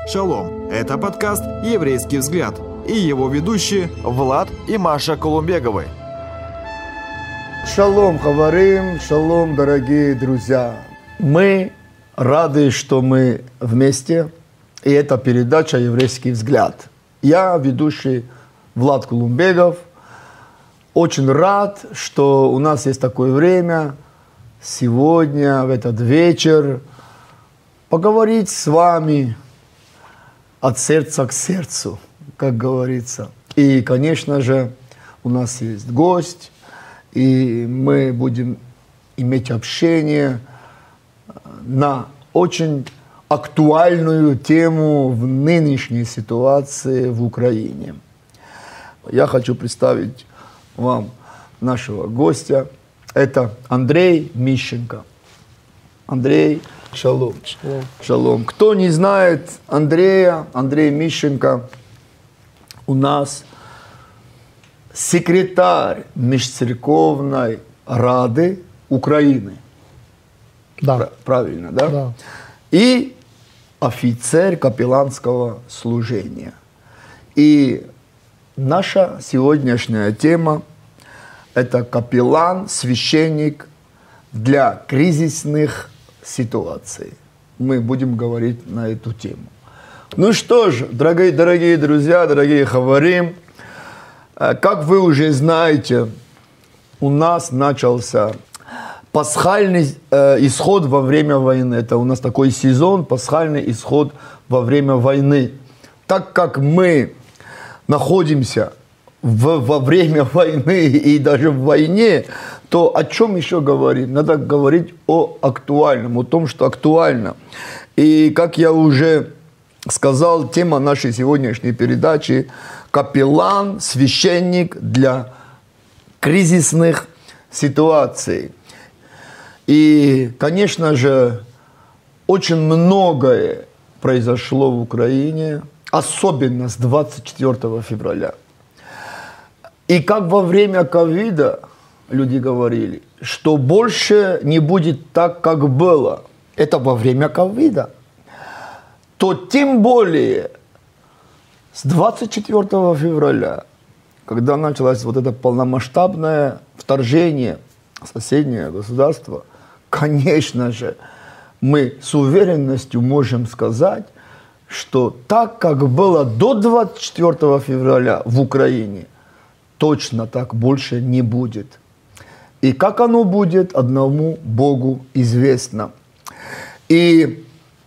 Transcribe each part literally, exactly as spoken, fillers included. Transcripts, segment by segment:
Шалом! Это подкаст «Еврейский взгляд» и его ведущие Влад и Маша Колумбеговы. Шалом, хаварим, шалом, дорогие друзья. Мы рады, что мы вместе, и это передача «Еврейский взгляд». Я ведущий Влад Колумбегов. Очень рад, что у нас есть такое время сегодня, в этот вечер, поговорить с вами от сердца к сердцу, как говорится. И, конечно же, у нас есть гость, и мы будем иметь общение на очень актуальную тему в нынешней ситуации в Украине. Я хочу представить вам нашего гостя. Это Андрей Мищенко. Андрей, шалом. Шалом. Шалом. Кто не знает Андрея, Андрей Мищенко у нас секретарь Межцерковной Рады Украины. Да. Правильно, да? Да. И офицер капелланского служения. И наша сегодняшняя тема – это капеллан, священник для кризисных ситуаций. Мы будем говорить на эту тему. Ну что ж, дорогие, дорогие друзья, дорогие хаварим, как вы уже знаете, у нас начался пасхальный э, исход во время войны. Это у нас такой сезон, пасхальный исход во время войны. Так как мы находимся в, во время войны и даже в войне, то о чем еще говорить? Надо говорить о актуальном, о том, что актуально. И, как я уже сказал, тема нашей сегодняшней передачи – капеллан, священник для кризисных ситуаций. И, конечно же, очень многое произошло в Украине, особенно с двадцать четвёртого февраля. И как во время ковида люди говорили, что больше не будет так, как было, это во время ковида, то тем более с двадцать четвёртого февраля, когда началось вот это полномасштабное вторжение в соседнее государство, конечно же, мы с уверенностью можем сказать, что так, как было до двадцать четвёртого февраля в Украине, точно так больше не будет. И как оно будет, одному Богу известно. И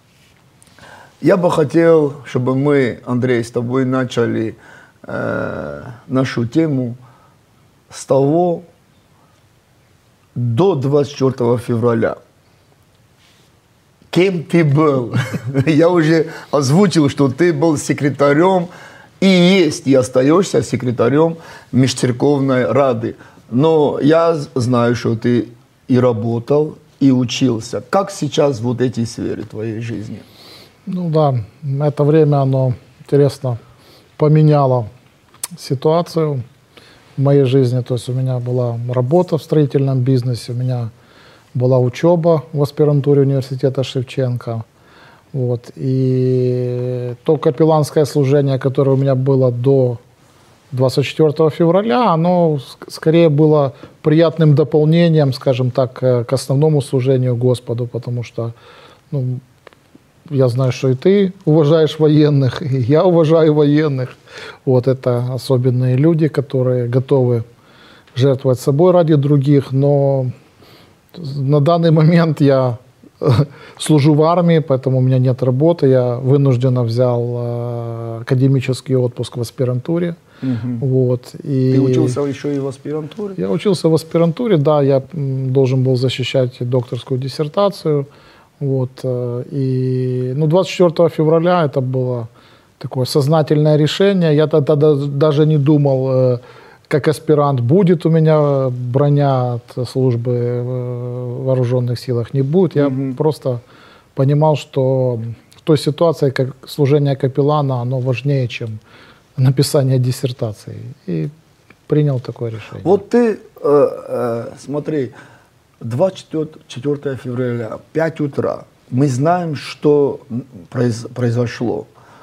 я бы хотел, чтобы мы, Андрей, с тобой начали э, нашу тему с того, до двадцать четвёртого февраля. Кем ты был? Я уже озвучил, что ты был секретарем и есть, и остаешься секретарем Межцерковной Рады. Но я знаю, что ты и работал, и учился. Как сейчас вот эти сферы твоей жизни? Ну да, это время, оно, интересно, поменяло ситуацию в моей жизни. То есть у меня была работа в строительном бизнесе, у меня была учеба в аспирантуре университета Шевченко. Вот. И то капелланское служение, которое у меня было до двадцать четвёртого февраля, оно скорее было приятным дополнением, скажем так, к основному служению Господу, потому что ну, я знаю, что и ты уважаешь военных, и я уважаю военных. Вот это особенные люди, которые готовы жертвовать собой ради других, но на данный момент я служу в армии, поэтому у меня нет работы. Я вынужденно взял академический отпуск в аспирантуре. Угу. Вот, и ты учился еще и в аспирантуре? Я учился в аспирантуре, да. Я должен был защищать докторскую диссертацию. Вот, и, ну, двадцать четвёртого февраля это было такое сознательное решение. Я тогда даже не думал, как аспирант, будет у меня броня от службы в вооруженных силах, не будет. Я угу. просто понимал, что в той ситуации, как служение капеллана, оно важнее, чем написание диссертации. И принял такое решение. Вот ты, э, э, смотри, двадцать четвёртого февраля, пять утра, мы знаем, что произ, произошло.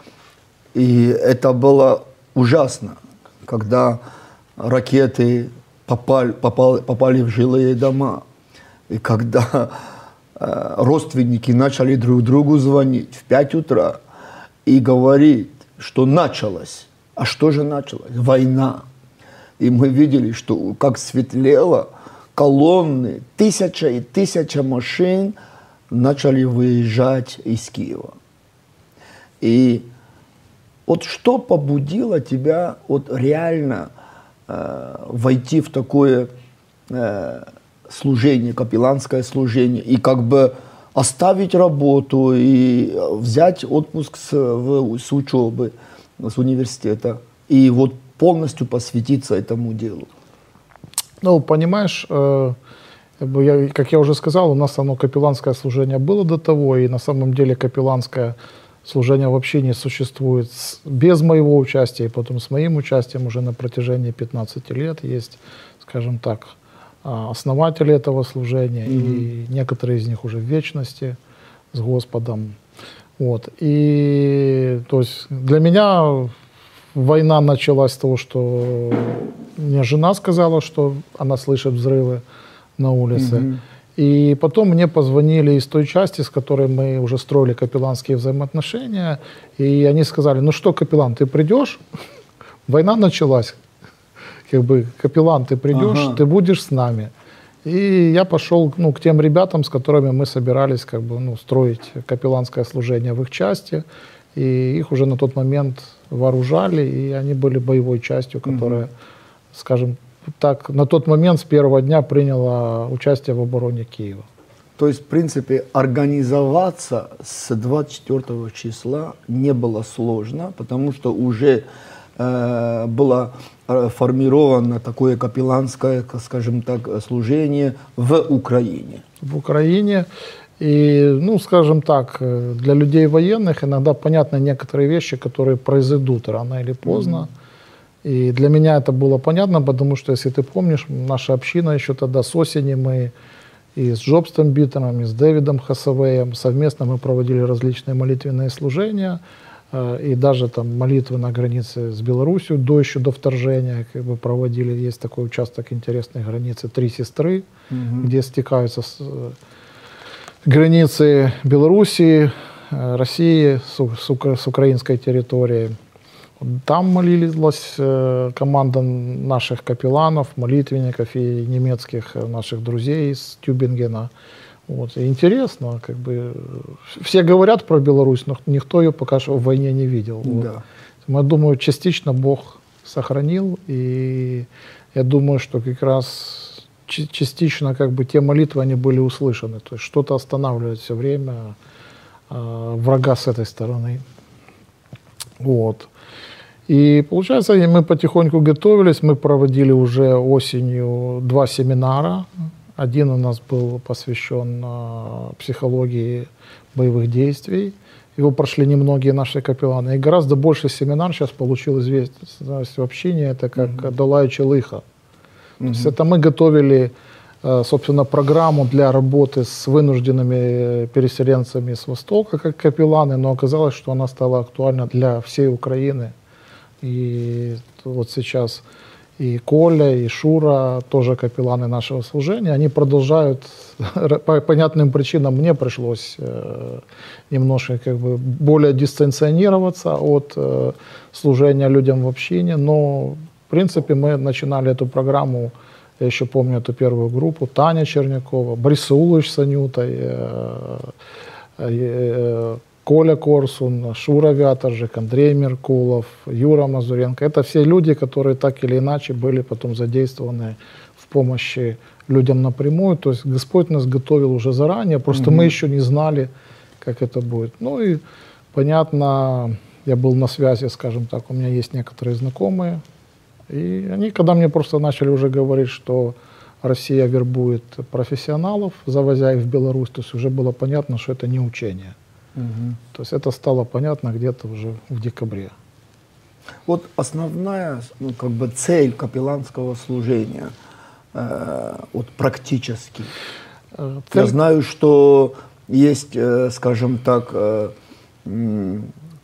И это было ужасно, когда ракеты попали, попали, попали в жилые дома. И когда э, родственники начали друг другу звонить в пять утра и говорить, что началось. А что же началось? Война. И мы видели, что как светлело, колонны, тысяча и тысяча машин начали выезжать из Киева. И вот что побудило тебя вот реально э, войти в такое э, служение, капелланское служение, и как бы оставить работу и взять отпуск с, в, с учебы, с университета, и вот полностью посвятиться этому делу? Ну, понимаешь, э, я, как я уже сказал, у нас оно капелланское служение было до того, и на самом деле капелланское служение вообще не существует с, без моего участия, и потом с моим участием уже на протяжении пятнадцати лет есть, скажем так, основатели этого служения, mm-hmm. и некоторые из них уже в вечности с Господом. Вот. И то есть для меня война началась с того, что мне жена сказала, что она слышит взрывы на улице. Mm-hmm. И потом мне позвонили из той части, с которой мы уже строили капелланские взаимоотношения, и они сказали: ну что, капеллан, ты придешь? Война началась. Как бы, капеллан, ты придешь, ага. ты будешь с нами. И я пошел, ну, к тем ребятам, с которыми мы собирались как бы, ну, строить капелланское служение в их части. И их уже на тот момент вооружали, и они были боевой частью, которая, mm-hmm. скажем так, на тот момент с первого дня приняла участие в обороне Киева. То есть, в принципе, организоваться с двадцать четвёртого числа не было сложно, потому что уже э, было формировано такое капелланское, скажем так, служение в Украине. В Украине. И, ну, скажем так, для людей военных иногда понятны некоторые вещи, которые произойдут рано или поздно. Mm-hmm. И для меня это было понятно, потому что, если ты помнишь, наша община еще тогда с осени, мы и с Джобстом Биттером, и с Дэвидом Хасавеем совместно мы проводили различные молитвенные служения, и даже там молитвы на границе с Белоруссией до еще до вторжения как бы проводили. Есть такой участок интересной границы «Три сестры», mm-hmm. где стекаются с, границы Белоруссии, России с, с, с украинской территорией. Там молилась э, команда наших капелланов, молитвенников и немецких наших друзей из Тюбингена. Вот. И интересно, как бы все говорят про Беларусь, но никто ее пока что в войне не видел. Да. Вот. Я думаю, частично Бог сохранил, и я думаю, что как раз частично как бы те молитвы, они были услышаны. То есть что-то останавливает все время э, врага с этой стороны. Вот. И получается, мы потихоньку готовились, мы проводили уже осенью два семинара. Один у нас был посвящен uh, психологии боевых действий. Его прошли немногие наши капелланы. И гораздо больше семинар сейчас получил известность в общине, это как mm-hmm. «Долая Челыха». Mm-hmm. То есть это мы готовили, uh, собственно, программу для работы с вынужденными переселенцами с Востока, как капелланы, но оказалось, что она стала актуальна для всей Украины. И вот сейчас и Коля, и Шура, тоже капелланы нашего служения, они продолжают, по понятным причинам мне пришлось э, немножко как бы более дистанционироваться от э, служения людям в общине, но в принципе мы начинали эту программу, я еще помню эту первую группу, Таня Чернякова, Борис Улович с Анютой, э, э, э, Коля Корсун, Шура Вятожик, Андрей Меркулов, Юра Мазуренко. Это все люди, которые так или иначе были потом задействованы в помощи людям напрямую. То есть Господь нас готовил уже заранее, просто mm-hmm. мы еще не знали, как это будет. Ну и, понятно, я был на связи, скажем так, у меня есть некоторые знакомые. И они, когда мне просто начали уже говорить, что Россия вербует профессионалов, завозя их в Беларусь, то есть уже было понятно, что это не учение. Угу. То есть это стало понятно где-то уже в декабре. Вот основная, ну, как бы цель капелланского служения, э, вот практически. Цель... Я знаю, что есть, э, скажем так, э,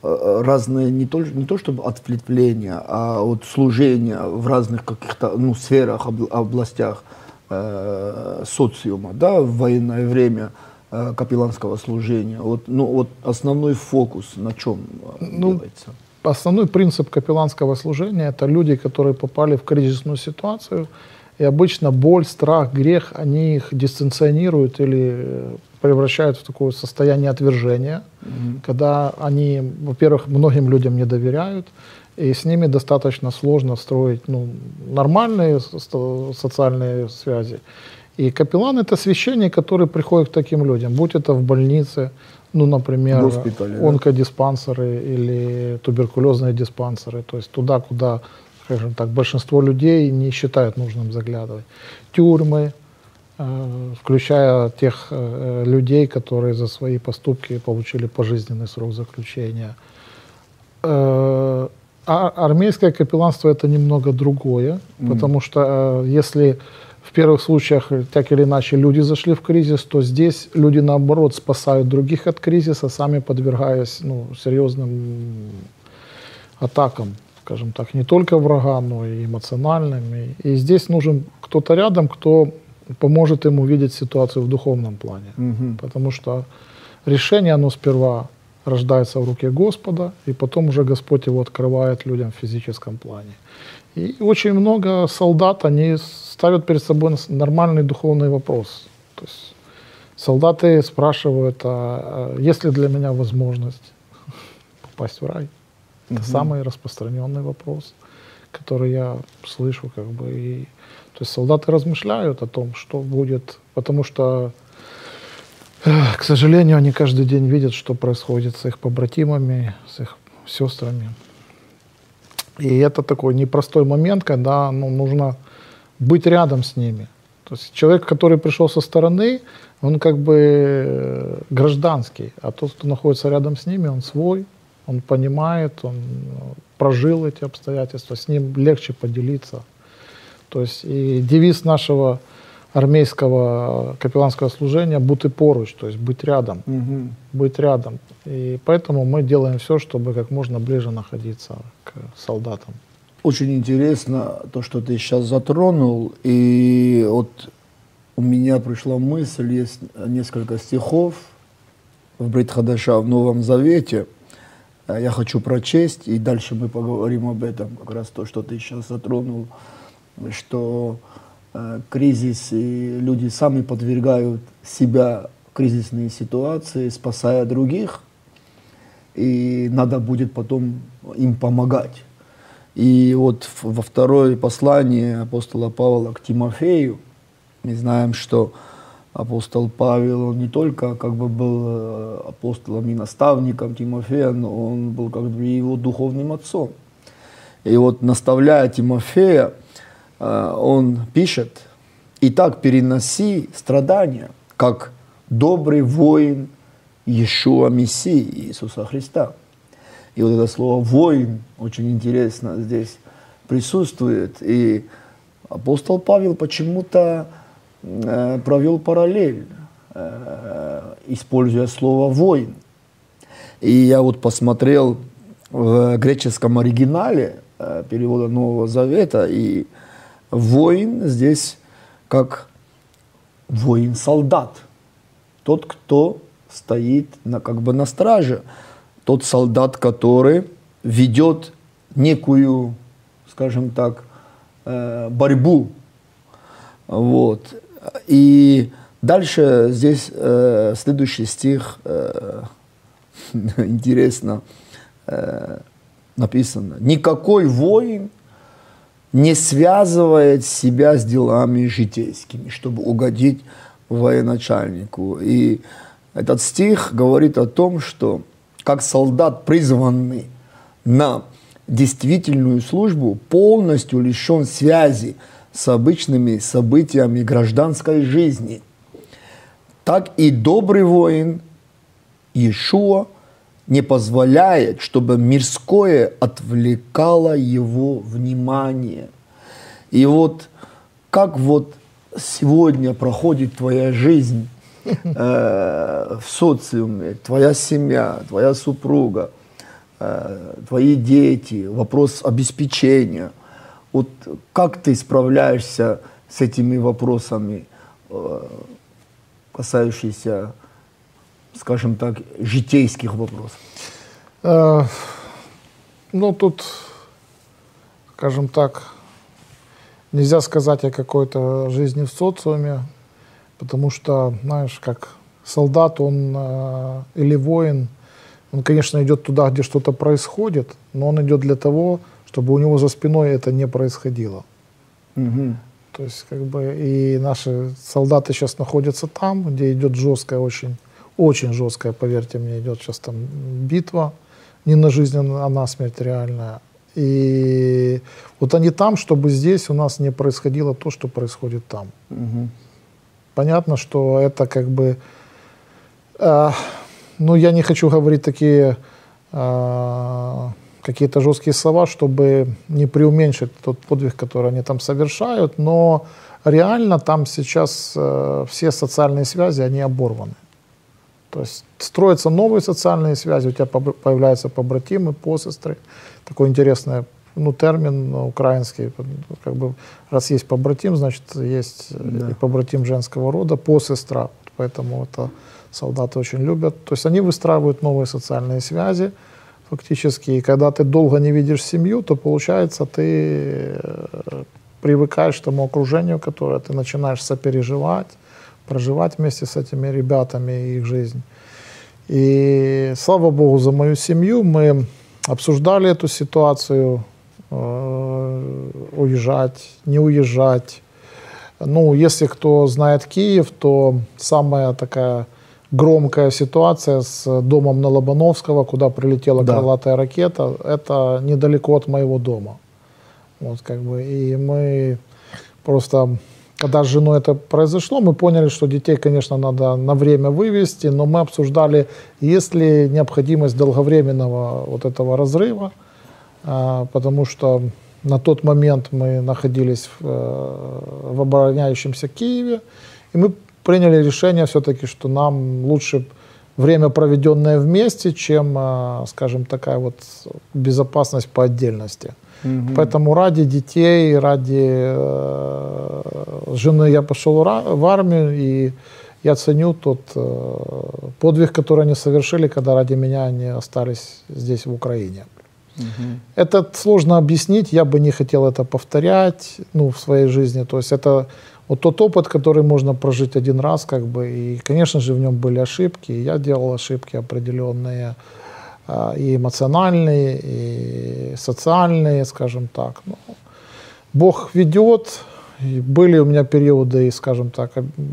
разные, не то, не то чтобы ответвления, а вот служения в разных каких-то ну, сферах, областях э, социума, да, в военное время э, капелланского служения. Вот, ну, вот основной фокус на чем ну, делается? Основной принцип капелланского служения – это люди, которые попали в кризисную ситуацию, и обычно боль, страх, грех, они их дистанционируют или превращают в такое состояние отвержения, mm-hmm. когда они, во-первых, многим людям не доверяют, и с ними достаточно сложно строить ну, нормальные социальные связи. И капеллан – это священник, который приходит к таким людям, будь это в больнице, ну, например, онкодиспансеры или туберкулезные диспансеры, то есть туда, куда, скажем так, большинство людей не считают нужным заглядывать. Тюрьмы, э, включая тех э, людей, которые за свои поступки получили пожизненный срок заключения. Э, а армейское капелланство – это немного другое, mm. потому что э, если в первых случаях так или иначе люди зашли в кризис, то здесь люди наоборот спасают других от кризиса, сами подвергаясь ну, серьезным атакам, скажем так, не только врага, но и эмоциональным. И, и здесь нужен кто-то рядом, кто поможет ему видеть ситуацию в духовном плане. Mm-hmm. Потому что решение, оно сперва рождается в руке Господа, и потом уже Господь его открывает людям в физическом плане. И очень много солдат, они ставят перед собой нормальный духовный вопрос. То есть солдаты спрашивают, а есть ли для меня возможность попасть в рай? Это угу. самый распространенный вопрос, который я слышу. Как бы, и, то есть солдаты размышляют о том, что будет, потому что, к сожалению, они каждый день видят, что происходит с их побратимами, с их сестрами. И это такой непростой момент, когда ну, нужно быть рядом с ними. То есть человек, который пришел со стороны, он как бы гражданский, а тот, кто находится рядом с ними, он свой, он понимает, он прожил эти обстоятельства, с ним легче поделиться. То есть и девиз нашего армейского капелланского служения «Бути поруч», то есть быть рядом, угу. быть рядом. И поэтому мы делаем все, чтобы как можно ближе находиться к солдатам. Очень интересно то, что ты сейчас затронул. И вот у меня пришла мысль, есть несколько стихов в Брит Хадаша, в Новом Завете. Я хочу прочесть, и дальше мы поговорим об этом. Как раз то, что ты сейчас затронул, что э, кризис, и люди сами подвергают себя в кризисные ситуации, спасая других, и надо будет потом им помогать. И вот во второе послание апостола Павла к Тимофею мы знаем, что апостол Павел, он не только как бы был апостолом и наставником Тимофея, но он был как бы его духовным отцом. И вот наставляя Тимофея, он пишет: «Итак, переноси страдания, как добрый воин Иешуа Мессии, Иисуса Христа». И вот это слово «воин» очень интересно здесь присутствует. И апостол Павел почему-то э, провел параллель, э, используя слово «воин». И я вот посмотрел в греческом оригинале э, перевода Нового Завета, и «воин» здесь как воин-солдат. Тот, кто стоит на, как бы на страже. Тот солдат, который ведет некую, скажем так, э, борьбу. Вот. И дальше здесь э, следующий стих, э, интересно э, написано: «Никакой воин не связывает себя с делами житейскими, чтобы угодить военачальнику». И этот стих говорит о том, что как солдат, призванный на действительную службу, полностью лишен связи с обычными событиями гражданской жизни, так и добрый воин Иешуа не позволяет, чтобы мирское отвлекало его внимание. И вот как вот сегодня проходит твоя жизнь э, в социуме, твоя семья, твоя супруга, э, твои дети, вопрос обеспечения. Вот как ты справляешься с этими вопросами, э, касающиеся, скажем так, житейских вопросов? Э, ну, тут, скажем так, нельзя сказать о какой-то жизни в социуме, потому что, знаешь, как солдат, он э, или воин, он, конечно, идет туда, где что-то происходит, но он идет для того, чтобы у него за спиной это не происходило. Угу. То есть, как бы, и наши солдаты сейчас находятся там, где идет жесткая, очень, очень жесткая, поверьте мне, идет сейчас там битва, не на жизнь, а на смерть реальная. И вот они там, чтобы здесь у нас не происходило то, что происходит там. Угу. Понятно, что это как бы, э, ну, я не хочу говорить такие э, какие-то жесткие слова, чтобы не преуменьшить тот подвиг, который они там совершают, но реально там сейчас э, все социальные связи, они оборваны. То есть строятся новые социальные связи, у тебя появляются побратимы, посестры. Такой интересный, ну, термин украинский, как бы, раз есть побратим, значит, есть да. и побратим женского рода, посестра, поэтому это солдаты очень любят. То есть они выстраивают новые социальные связи фактически, и когда ты долго не видишь семью, то получается ты привыкаешь к тому окружению, которое ты начинаешь сопереживать, проживать вместе с этими ребятами их жизнь. И слава Богу за мою семью, мы обсуждали эту ситуацию, э, уезжать, не уезжать. Ну, если кто знает Киев, то самая такая громкая ситуация с домом на Лобановского, куда прилетела да. крылатая ракета, это недалеко от моего дома. Вот, как бы, и мы просто... Когда с женой это произошло, мы поняли, что детей, конечно, надо на время вывести, но мы обсуждали, есть ли необходимость долговременного вот этого разрыва, потому что на тот момент мы находились в, в обороняющемся Киеве, и мы приняли решение все-таки, что нам лучше время, проведенное вместе, чем, скажем, такая вот безопасность по отдельности. Mm-hmm. Поэтому ради детей, ради э, жены я пошел в армию, и я ценю тот э, подвиг, который они совершили, когда ради меня они остались здесь, в Украине. Mm-hmm. Это сложно объяснить, я бы не хотел это повторять, ну, в своей жизни. То есть это вот тот опыт, который можно прожить один раз, как бы, и, конечно же, в нем были ошибки, и я делал ошибки определенные, и эмоциональные, и социальные, скажем так. Ну, Бог ведет. И были у меня периоды, скажем так,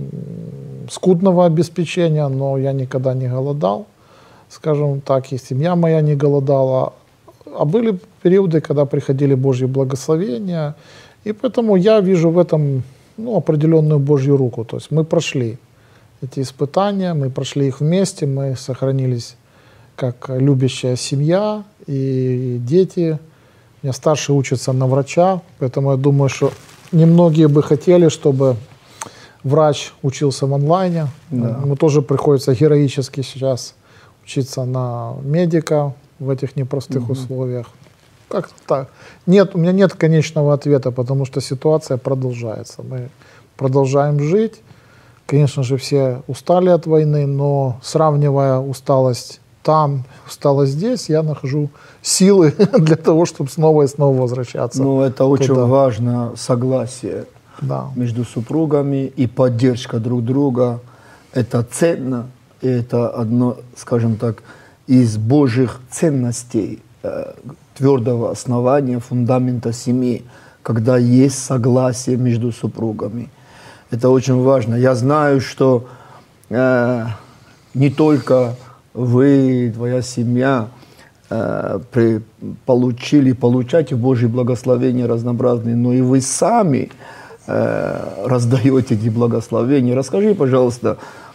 скудного обеспечения, но я никогда не голодал, скажем так, и семья моя не голодала. А были периоды, когда приходили Божьи благословения, и поэтому я вижу в этом, ну, определенную Божью руку. То есть мы прошли эти испытания, мы прошли их вместе, мы сохранились как любящая семья и дети. У меня старший учится на врача, поэтому я думаю, что немногие бы хотели, чтобы врач учился в онлайне. Да. Ему тоже приходится героически сейчас учиться на медика в этих непростых угу. условиях. Как так? Нет, у меня нет конечного ответа, потому что ситуация продолжается. Мы продолжаем жить. Конечно же, все устали от войны, но сравнивая усталость там, стало здесь, я нахожу силы для того, чтобы снова и снова возвращаться. Ну, это очень туда. важно, согласие да. между супругами и поддержка друг друга. Это ценно, и это одно, скажем так, из Божьих ценностей, э, твердого основания, фундамента семьи, когда есть согласие между супругами. Это очень важно. Я знаю, что э, не только вы, твоя семья, э, при, получили, получаете Божьи благословения разнообразные, но и вы сами э, раздаете эти благословения. Расскажи, пожалуйста,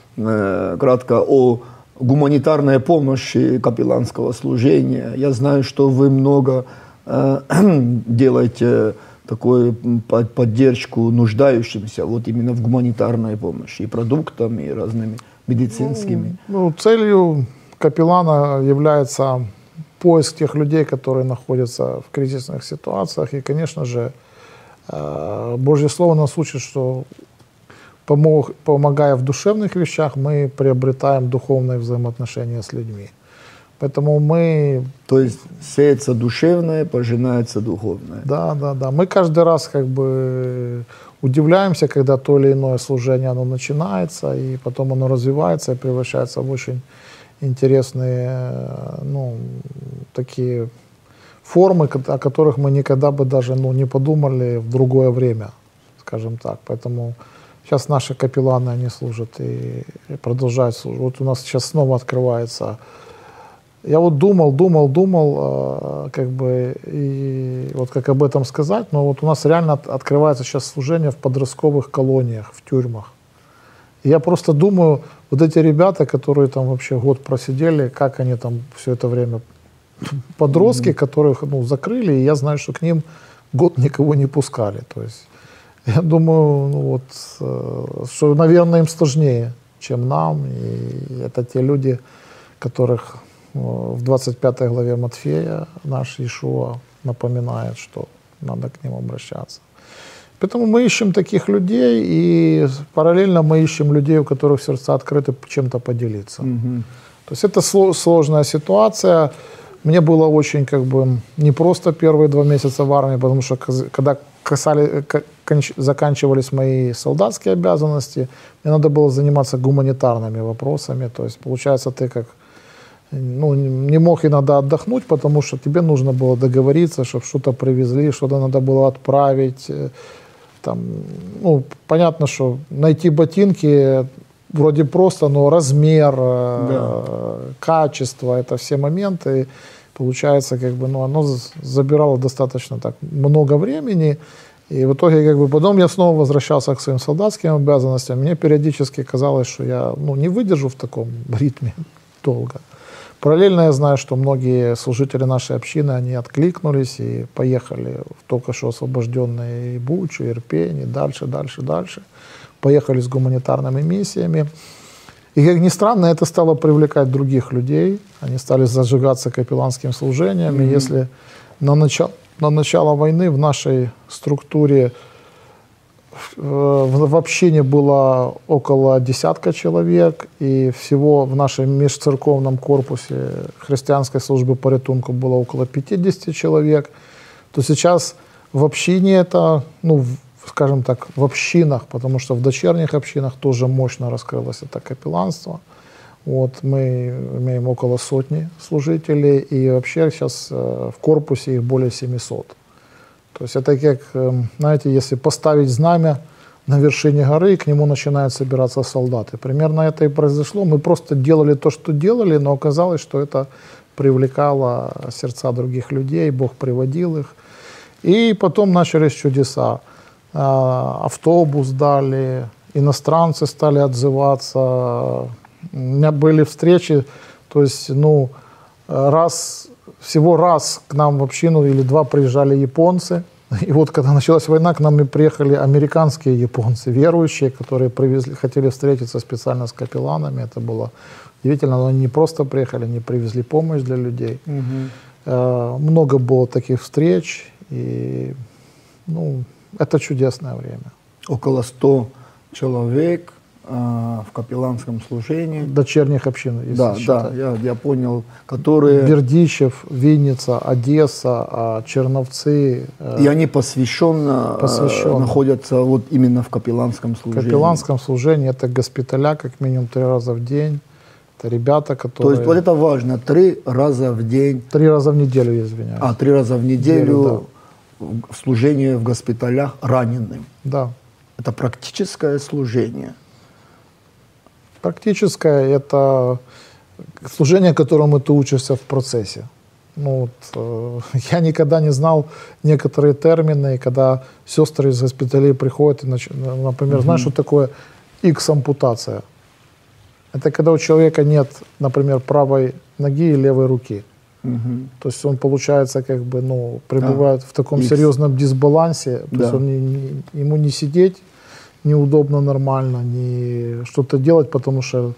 э, кратко о гуманитарной помощи капелланского служения. Я знаю, что вы много э, делаете такую поддержку нуждающимся вот именно в гуманитарной помощи, и продуктами, и разными медицинскими. Ну, ну, целью капеллана является поиск тех людей, которые находятся в кризисных ситуациях. И, конечно же, Божье Слово нас учит, что помог, помогая в душевных вещах, мы приобретаем духовные взаимоотношения с людьми. Поэтому мы... То есть сеется душевное, пожинается духовное. Да, да, да. Мы каждый раз как бы удивляемся, когда то или иное служение оно начинается, и потом оно развивается и превращается в очень интересные, ну, такие формы, о которых мы никогда бы даже, ну, не подумали в другое время, скажем так. Поэтому сейчас наши капелланы, они служат и, и продолжают служить. Вот у нас сейчас снова открывается. Я вот думал, думал, думал, как бы, и вот как об этом сказать, но вот у нас реально открывается сейчас служение в подростковых колониях, в тюрьмах. И я просто думаю, вот эти ребята, которые там вообще год просидели, как они там все это время, подростки, mm-hmm. которых, ну, закрыли, и я знаю, что к ним год никого не пускали. То есть я думаю, ну, вот, что, наверное, им сложнее, чем нам, и это те люди, которых в двадцать пятой главе Матфея наш Иешуа напоминает, что надо к ним обращаться. Поэтому мы ищем таких людей, и параллельно мы ищем людей, у которых сердца открыты чем-то поделиться. Mm-hmm. То есть это сложная ситуация. Мне было очень как бы непросто первые два месяца в армии, потому что когда касали, заканчивались мои солдатские обязанности, мне надо было заниматься гуманитарными вопросами. То есть получается, ты как ну, не мог иногда отдохнуть, потому что тебе нужно было договориться, чтобы что-то привезли, что-то надо было отправить. Там, ну, понятно, что найти ботинки вроде просто, но размер, да. качество, это все моменты. Получается, как бы, ну, оно забирало достаточно так много времени. И в итоге, как бы, потом я снова возвращался к своим солдатским обязанностям. Мне периодически казалось, что я, ну, не выдержу в таком ритме долго. Параллельно я знаю, что многие служители нашей общины, они откликнулись и поехали в только что освобожденные Бучу, Ирпень, и дальше, дальше, дальше. Поехали с гуманитарными миссиями. И, как ни странно, это стало привлекать других людей. Они стали зажигаться капелланским служением. Mm-hmm. И если на начало, на начало войны в нашей структуре в, в общине было около десятка человек, и всего в нашем межцерковном корпусе христианской службы порятунку было около пятидесяти человек, то сейчас в общине это, ну, скажем так, в общинах, потому что в дочерних общинах тоже мощно раскрылось это капелланство. Вот, мы имеем около сотни служителей, и вообще сейчас в корпусе их более семисот. То есть это как, знаете, если поставить знамя на вершине горы, и к нему начинают собираться солдаты. Примерно это и произошло. Мы просто делали то, что делали, но оказалось, что это привлекало сердца других людей, Бог приводил их. И потом начались чудеса. Автобус дали, иностранцы стали отзываться. У меня были встречи, то есть, ну, раз... Всего раз к нам в общину или два приезжали японцы. И вот когда началась война, к нам и приехали американские японцы, верующие, которые привезли, хотели встретиться специально с капелланами. Это было удивительно, но они не просто приехали, они привезли помощь для людей. Угу. Много было таких встреч, и, ну, это чудесное время. Около ста человек в капелланском служении. Дочерних общин, если да, считать. Да, я, я понял, которые... Бердичев, Винница, Одесса, Черновцы. И они посвященно, посвященно находятся вот именно в капелланском служении. В капелланском служении это госпиталя как минимум три раза в день. Это ребята, которые... То есть вот это важно, три раза в день. Три раза в неделю, я извиняюсь. А, три раза в неделю, неделю, да. Служение в госпиталях раненым. Да. Это практическое служение. Практическое – это служение, которому ты учишься в процессе. Ну, вот, э, я никогда не знал некоторые термины, когда сестры из госпиталей приходят, и, например, mm-hmm. знаешь, что такое икс-ампутация? Это когда у человека нет, например, правой ноги и левой руки. Mm-hmm. То есть он, получается, как бы, ну, пребывает а, в таком X. серьезном дисбалансе. То да. есть он не, не, ему не сидеть неудобно нормально, не что-то делать, потому что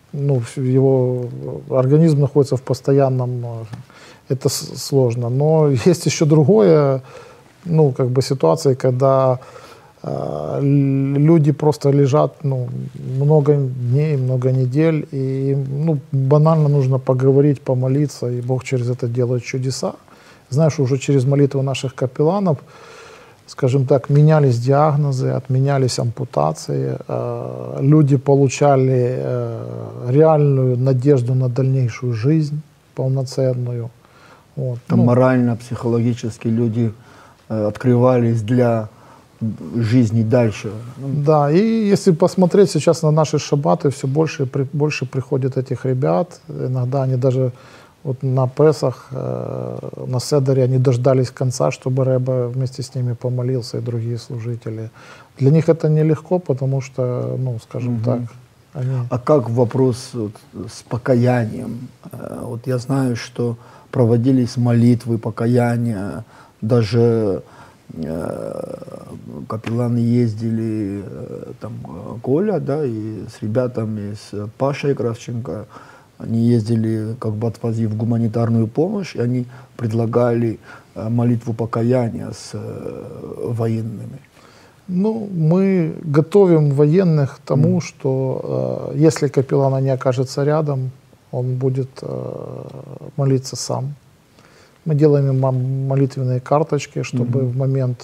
ну, его организм находится в постоянном, это сложно. Но есть еще другое, ну, как бы ситуация, когда э, люди просто лежат, ну, много дней, много недель, и, ну, банально нужно поговорить, помолиться, и Бог через это делает чудеса. Знаешь, уже через молитву наших капелланов, скажем так, менялись диагнозы, отменялись ампутации, э, люди получали э, реальную надежду на дальнейшую жизнь полноценную. Вот. Там Ну, морально, психологически люди э, открывались для жизни дальше. Да, и если посмотреть сейчас на наши шаббаты, все больше и при- больше приходит этих ребят. Иногда они даже вот на Песах, э, на Седере, они дождались конца, чтобы Ребе вместе с ними помолился, и другие служители. Для них это нелегко, потому что, ну, скажем Мгм. так, они... А как вопрос вот, с покаянием? Э, Вот я знаю, что проводились молитвы покаяния, даже э, капелланы ездили, э, там, э, Коля, да, и с ребятами, с Пашей Кравченко, они ездили, как бы отвозив гуманитарную помощь, и они предлагали э, молитву покаяния с э, военными. Ну, мы готовим военных к тому, mm. что э, если капеллана не окажется рядом, он будет э, молиться сам. Мы делаем им молитвенные карточки, чтобы mm-hmm. в момент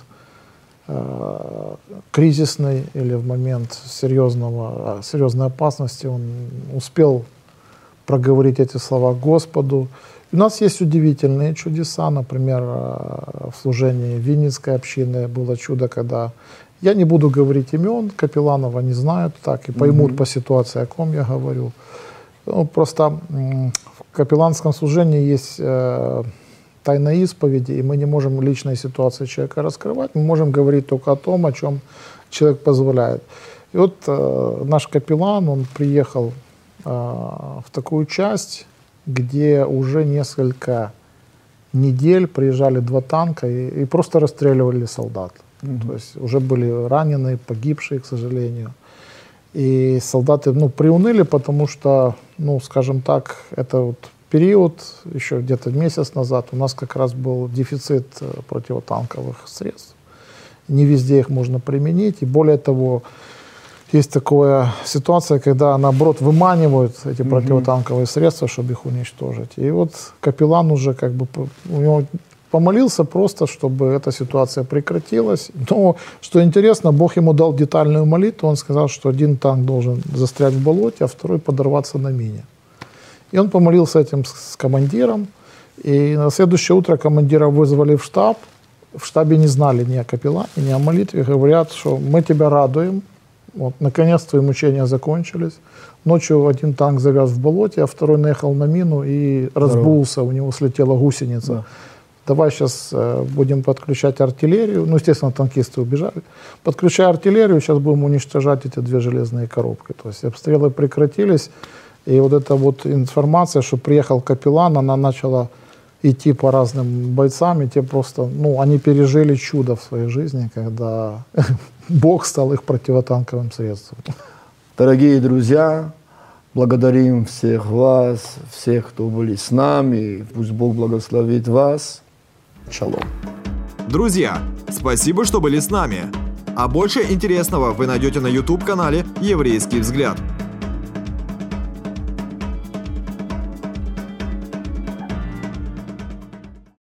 э, кризисный или в момент серьезного, серьезной опасности он успел проговорить эти слова Господу. У нас есть удивительные чудеса. Например, в служении Винницкой общины было чудо, когда, я не буду говорить имен, капелланов они знают так и поймут mm-hmm. по ситуации, о ком я говорю. Ну, просто в капелланском служении есть э, тайна исповеди, и мы не можем личные ситуации человека раскрывать, мы можем говорить только о том, о чем человек позволяет. И вот э, наш капеллан, он приехал э, в такую часть, где уже несколько недель приезжали два танка и, и просто расстреливали солдат. Mm-hmm. То есть уже были раненые, погибшие, к сожалению. И солдаты, ну, приуныли, потому что, ну, скажем так, это вот период, еще где-то месяц назад, у нас как раз был дефицит противотанковых средств. Не везде их можно применить. И более того, есть такая ситуация, когда, наоборот, выманивают эти mm-hmm. противотанковые средства, чтобы их уничтожить. И вот капеллан уже как бы, у него помолился просто, чтобы эта ситуация прекратилась. Но, что интересно, Бог ему дал детальную молитву. Он сказал, что один танк должен застрять в болоте, а второй подорваться на мине. И он помолился этим с, с командиром. И на следующее утро командира вызвали в штаб. В штабе не знали ни о капеллане, ни о молитве. Говорят, что мы тебя радуем. Вот, наконец твои мучения закончились. Ночью один танк завяз в болоте, а второй наехал на мину и разбулся. У него слетела гусеница. Да. Давай сейчас э, будем подключать артиллерию. Ну, естественно, танкисты убежали. Подключая артиллерию, сейчас будем уничтожать эти две железные коробки. То есть обстрелы прекратились. И вот эта вот информация, что приехал капеллан, она начала идти по разным бойцам. И те просто, ну, они пережили чудо в своей жизни, когда Бог стал их противотанковым средством. Дорогие друзья, благодарим всех вас, всех, кто были с нами. Пусть Бог благословит вас. Шалом. Друзья, спасибо, что были с нами. А больше интересного вы найдете на YouTube-канале «Еврейский взгляд».